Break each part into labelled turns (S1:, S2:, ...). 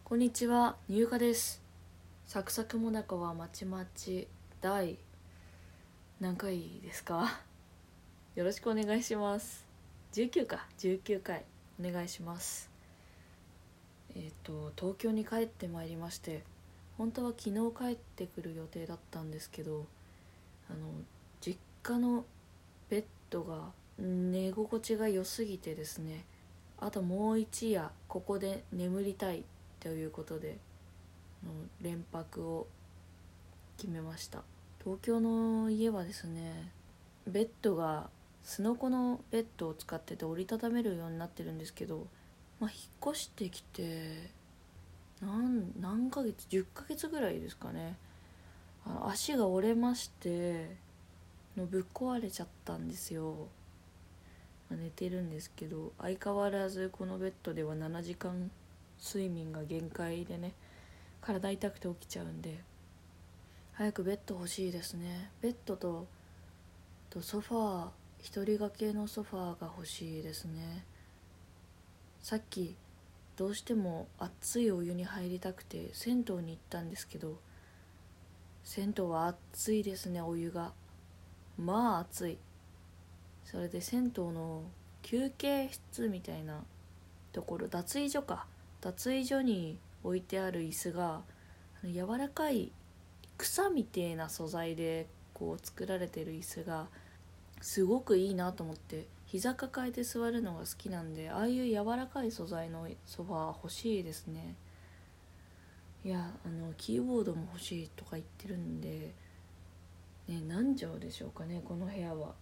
S1: こんにちは、入荷です。サクサクもなかはまちまち第何回ですか？よろしくお願いします。19回お願いします。東京に帰ってまいりまして、本当は昨日帰ってくる予定だったんですけど、実家のベッドが寝心地が良すぎてですね、あともう一夜ここで眠りたいということで連泊を決めました。東京の家はですね、ベッドがすのこのベッドを使ってて折りたためるようになってるんですけど、引っ越してきて何ヶ月10ヶ月ぐらいですかね。足が折れましてぶっ壊れちゃったんですよ。寝てるんですけど、相変わらずこのベッドでは7時間睡眠が限界でね、体痛くて起きちゃうんで、早くベッド欲しいですね。ベッドとソファー、一人掛けのソファーが欲しいですね。さっきどうしても熱いお湯に入りたくて銭湯に行ったんですけど、銭湯は熱いですね。お湯が熱い。それで銭湯の休憩室みたいなところ、脱衣所に置いてある椅子が柔らかい草みてえな素材で作られてる椅子がすごくいいなと思って、膝抱えて座るのが好きなんで、ああいう柔らかい素材のソファー欲しいですね。いや、キーボードも欲しいとか言ってるんで、何畳でしょうかね。この部屋は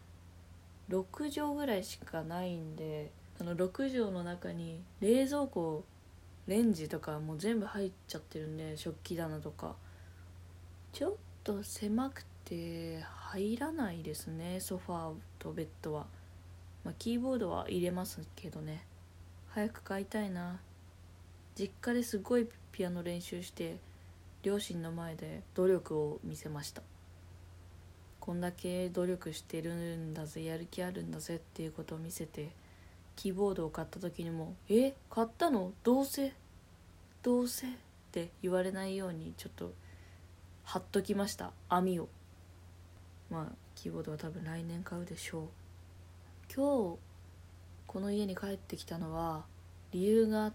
S1: 6畳ぐらいしかないんで、6畳の中に冷蔵庫、レンジとかもう全部入っちゃってるんで、食器棚とかちょっと狭くて入らないですね。ソファーとベッドは、キーボードは入れますけどね。早く買いたいな。実家ですごいピアノ練習して両親の前で努力を見せました。こんだけ努力してるんだぜ、やる気あるんだぜっていうことを見せて、キーボードを買った時にも買ったのどうせって言われないようにちょっと貼っときました、網を。キーボードは多分来年買うでしょう。今日この家に帰ってきたのは理由があって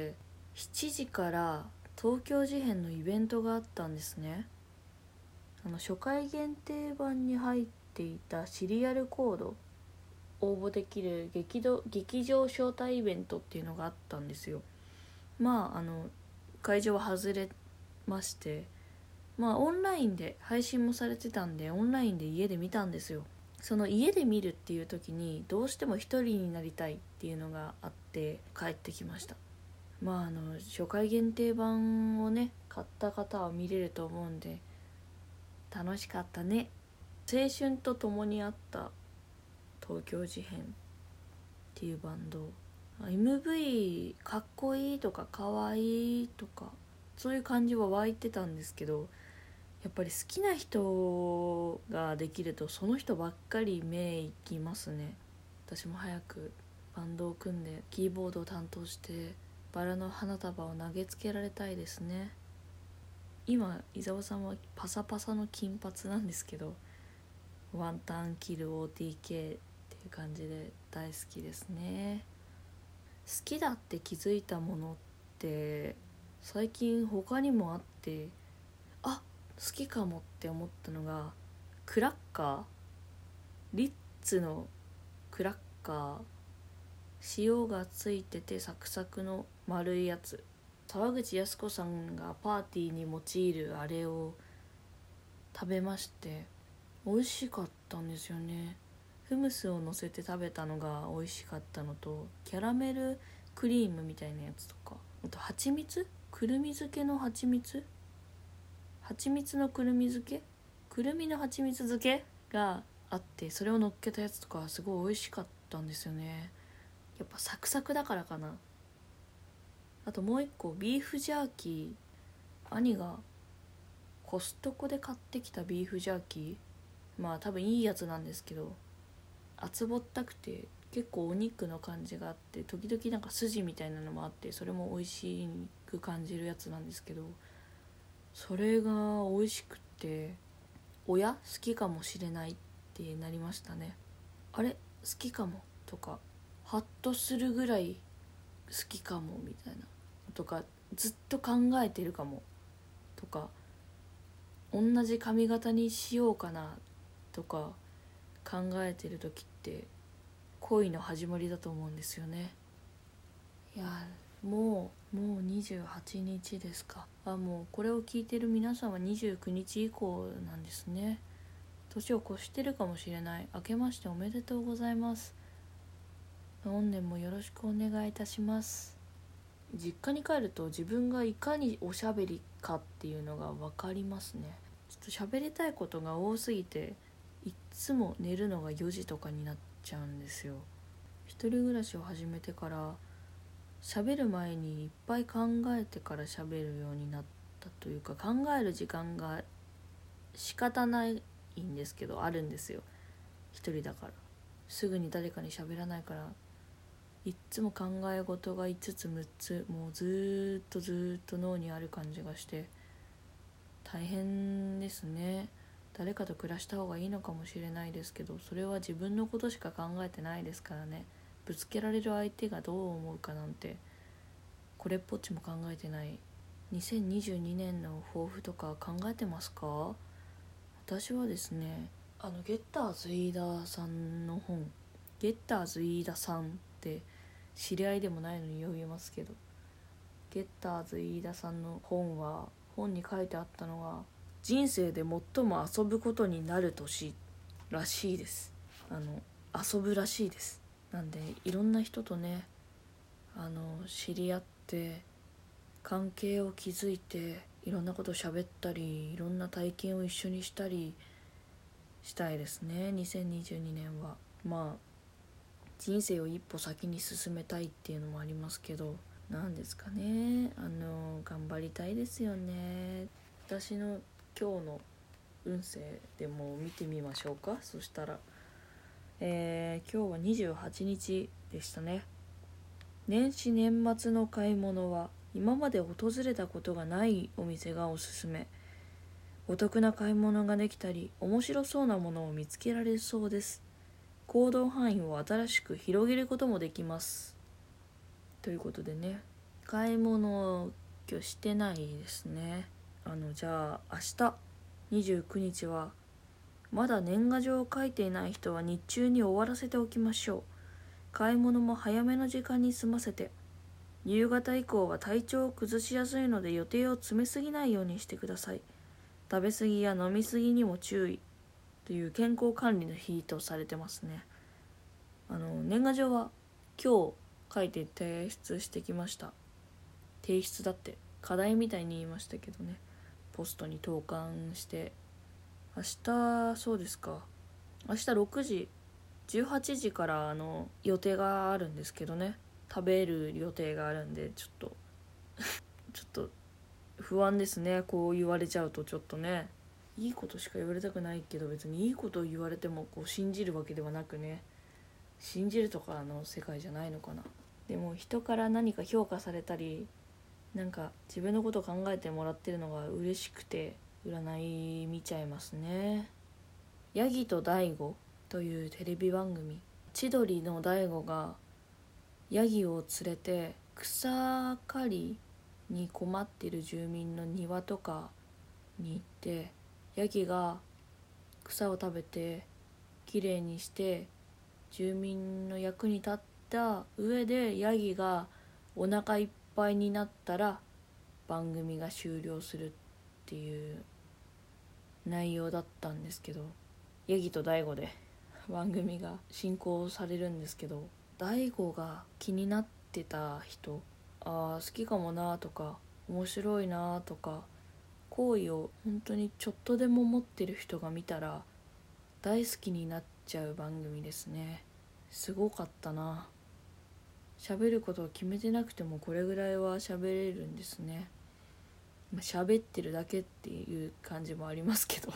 S1: 、7時から東京事変のイベントがあったんですね。初回限定版に入っていたシリアルコード応募できる劇場招待イベントっていうのがあったんですよ。会場は外れまして、オンラインで配信もされてたんで、オンラインで家で見たんですよ。その家で見るっていう時にどうしても一人になりたいっていうのがあって帰ってきました。初回限定版をね買った方は見れると思うんで、楽しかったね。青春と共にあった東京事変っていうバンド、 MV かっこいいとかかわいいとかそういう感じは湧いてたんですけど、やっぱり好きな人ができるとその人ばっかり目いきますね。私も早くバンドを組んでキーボードを担当してバラの花束を投げつけられたいですね。今伊沢さんはパサパサの金髪なんですけど、ワンタンキル OTK っていう感じで大好きですね。好きだって気づいたものって最近他にもあって、好きかもって思ったのがクラッカー、リッツのクラッカー、塩がついててサクサクの丸いやつ。沢口靖子さんがパーティーに用いるあれを食べまして、美味しかったんですよね。フムスを乗せて食べたのが美味しかったのと、キャラメルクリームみたいなやつとか、あと蜂蜜、くるみ漬けの蜂蜜のくるみ漬け、くるみの蜂蜜漬けがあって、それを乗っけたやつとかすごい美味しかったんですよね。やっぱサクサクだからかな。あともう一個ビーフジャーキー、兄がコストコで買ってきたビーフジャーキー、多分いいやつなんですけど、厚ぼったくて結構お肉の感じがあって、時々なんか筋みたいなのもあって、それも美味しく感じるやつなんですけど、それが美味しくって、好きかもしれないってなりましたね。あれ好きかもとか、ハッとするぐらい好きかもみたいなとか、ずっと考えてるかもとか、同じ髪型にしようかなとか考えてる時って恋の始まりだと思うんですよね。いや、もう28日ですか。もうこれを聞いてる皆さんは29日以降なんですね。年を越してるかもしれない。明けましておめでとうございます。本年もよろしくお願いいたします。実家に帰ると自分がいかにおしゃべりかっていうのが分かりますね。ちょっと喋りたいことが多すぎて、いっつも寝るのが4時とかになっちゃうんですよ。一人暮らしを始めてから喋る前にいっぱい考えてから喋るようになったというか、考える時間が仕方ないんですけど、あるんですよ。一人だからすぐに誰かに喋らないから、いっつも考え事が5つ6つもうずっと脳にある感じがして大変ですね。誰かと暮らした方がいいのかもしれないですけど、それは自分のことしか考えてないですからね。ぶつけられる相手がどう思うかなんてこれっぽっちも考えてない。2022年の抱負とか考えてますか？私はですね、ゲッターズ飯田さんの本、ゲッターズ飯田さんって知り合いでもないのに呼びますけど、ゲッターズ飯田さんの本に書いてあったのが、人生で最も遊ぶことになる年らしいです。遊ぶらしいです。なんでいろんな人とね、知り合って関係を築いて、いろんなことを喋ったり、いろんな体験を一緒にしたりしたいですね。2022年は人生を一歩先に進めたいっていうのもありますけど、なんですかね、頑張りたいですよね。私の今日の運勢でも見てみましょうか。そしたら、今日は28日でしたね。年始年末の買い物は今まで訪れたことがないお店がおすすめ。お得な買い物ができたり、面白そうなものを見つけられそうです。行動範囲を新しく広げることもできます。ということでね、買い物を今日してないですね。じゃあ明日29日はまだ年賀状を書いていない人は日中に終わらせておきましょう。買い物も早めの時間に済ませて、夕方以降は体調を崩しやすいので予定を詰めすぎないようにしてください。食べ過ぎや飲み過ぎにも注意という健康管理の日とされてますね。年賀状は今日書いて提出してきました。提出だって課題みたいに言いましたけどね、ポストに投函して、明日そうですか、明日6時18時から予定があるんですけどね、食べる予定があるんで、ちょっと不安ですね。こう言われちゃうとちょっとね、いいことしか言われたくないけど、別にいいことを言われても信じるわけではなくね、信じるとかの世界じゃないのかな。でも人から何か評価されたり、なんか自分のことを考えてもらってるのが嬉しくて占い見ちゃいますね。ヤギと大悟というテレビ番組、千鳥の大悟がヤギを連れて草刈りに困っている住民の庭とかに行って、ヤギが草を食べてきれいにして住民の役に立った上で、ヤギがお腹いっぱいになったら番組が終了するっていう内容だったんですけど、ヤギと大悟で番組が進行されるんですけど、大悟が気になってた人、好きかもなとか面白いなとか、好意を本当にちょっとでも持ってる人が見たら大好きになっちゃう番組ですね。すごかったな。喋ることを決めてなくてもこれぐらいは喋れるんですね。喋ってるだけっていう感じもありますけど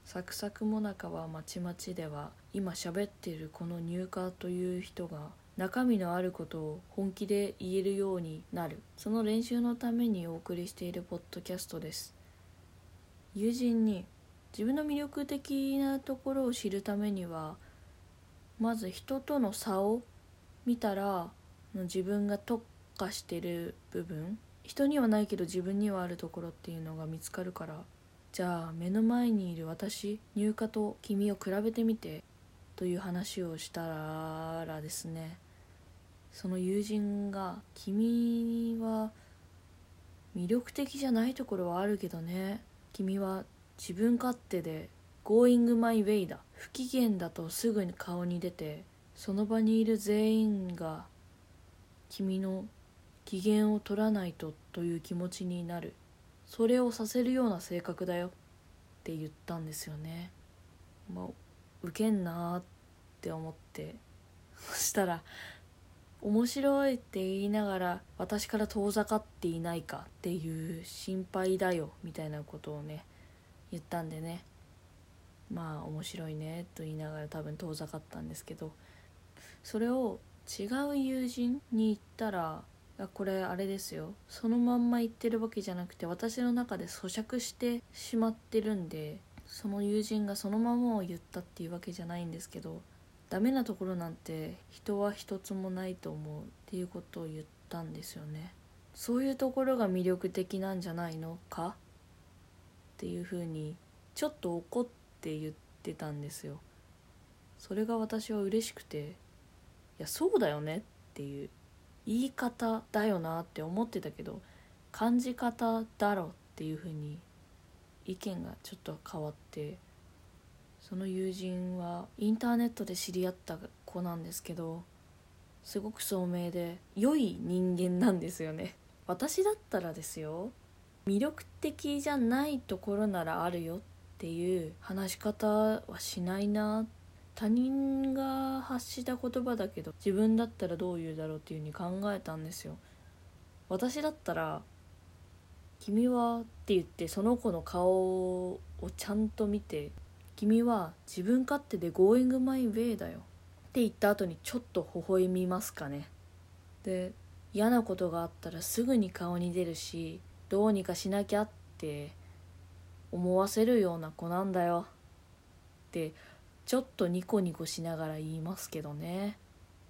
S1: サクサクもなかはまちまちでは今喋っているこの入荷という人が中身のあることを本気で言えるようになる、その練習のためにお送りしているポッドキャストです。友人に自分の魅力的なところを知るためには、まず人との差を見たら自分が特化してる部分、人にはないけど自分にはあるところっていうのが見つかるから、じゃあ目の前にいる私、入荷と君を比べてみてという話をしたらですね、その友人が君は魅力的じゃないところはあるけどね、君は自分勝手で Going my way だ、不機嫌だとすぐに顔に出てその場にいる全員が君の機嫌を取らないという気持ちになる、それをさせるような性格だよって言ったんですよね。ウケんなーって思って、そしたら面白いって言いながら私から遠ざかっていないかっていう心配だよみたいなことをね言ったんでね、面白いねと言いながら多分遠ざかったんですけど、それを違う友人に言ったら、これあれですよ、そのまんま言ってるわけじゃなくて私の中で咀嚼してしまってるんで、その友人がそのままを言ったっていうわけじゃないんですけど、ダメなところなんて人は一つもないと思うっていうことを言ったんですよね。そういうところが魅力的なんじゃないのかっていうふうにちょっと怒って言ってたんですよ。それが私は嬉しくて、いやそうだよねっていう言い方だよなって思ってたけど、感じ方だろっていうふうに意見がちょっと変わって、その友人はインターネットで知り合った子なんですけど、すごく聡明で良い人間なんですよね。私だったらですよ、魅力的じゃないところならあるよっていう話し方はしないな。他人が発した言葉だけど自分だったらどう言うだろうっていう風に考えたんですよ。私だったら君はって言ってその子の顔をちゃんと見て、君は自分勝手で Going my way だよって言った後にちょっと微笑みますかね。で、嫌なことがあったらすぐに顔に出るし、どうにかしなきゃって思わせるような子なんだよってちょっとニコニコしながら言いますけどね。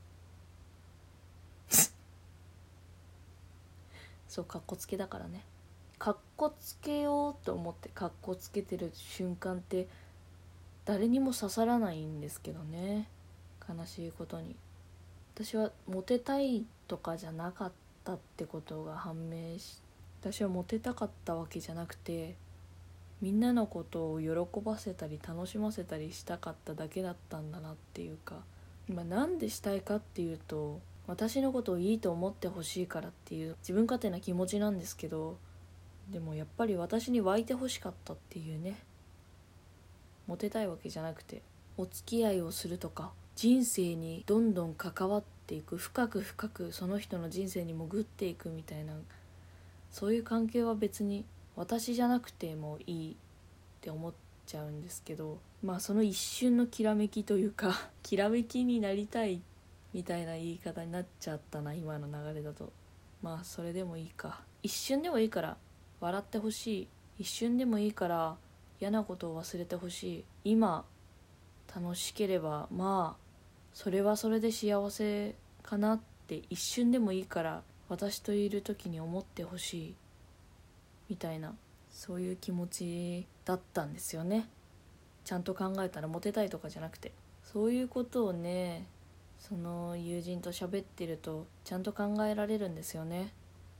S1: そう、かっこつけだからね。かっこつけようと思ってかっこつけてる瞬間って誰にも刺さらないんですけどね、悲しいことに。私はモテたいとかじゃなかったってことが判明し、私はモテたかったわけじゃなくて、みんなのことを喜ばせたり楽しませたりしたかっただけだったんだなっていうか、なんでしたいかっていうと、私のことをいいと思ってほしいからっていう自分勝手な気持ちなんですけど、でもやっぱり私に湧いてほしかったっていうね。モテたいわけじゃなくて、お付き合いをするとか人生にどんどん関わっていく、深く深くその人の人生に潜っていくみたいな、そういう関係は別に私じゃなくてもいいって思っちゃうんですけど、その一瞬のきらめきというかきらめきになりたいみたいな言い方になっちゃったな、今の流れだと。それでもいいか、一瞬でもいいから笑ってほしい、一瞬でもいいから嫌なことを忘れてほしい、今楽しければそれはそれで幸せかなって一瞬でもいいから私といる時に思ってほしいみたいな、そういう気持ちだったんですよね。ちゃんと考えたらモテたいとかじゃなくて、そういうことをね、その友人と喋ってるとちゃんと考えられるんですよね。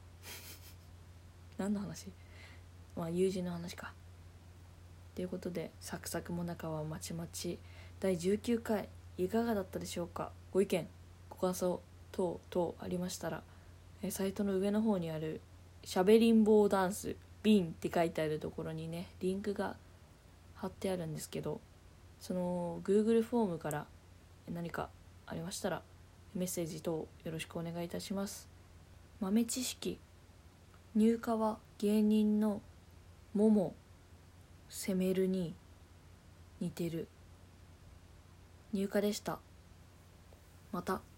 S1: 何の話？友人の話か。ということで、サクサクもなかはまちまち第19回いかがだったでしょうか。ご意見ご感想等々ありましたら、サイトの上の方にあるしゃべりんぼうダンスビンって書いてあるところにね、リンクが貼ってあるんですけど、その Google フォームから何かありましたらメッセージ等よろしくお願いいたします。豆知識、入荷は芸人のもも責めるに似てる。入荷でした。また。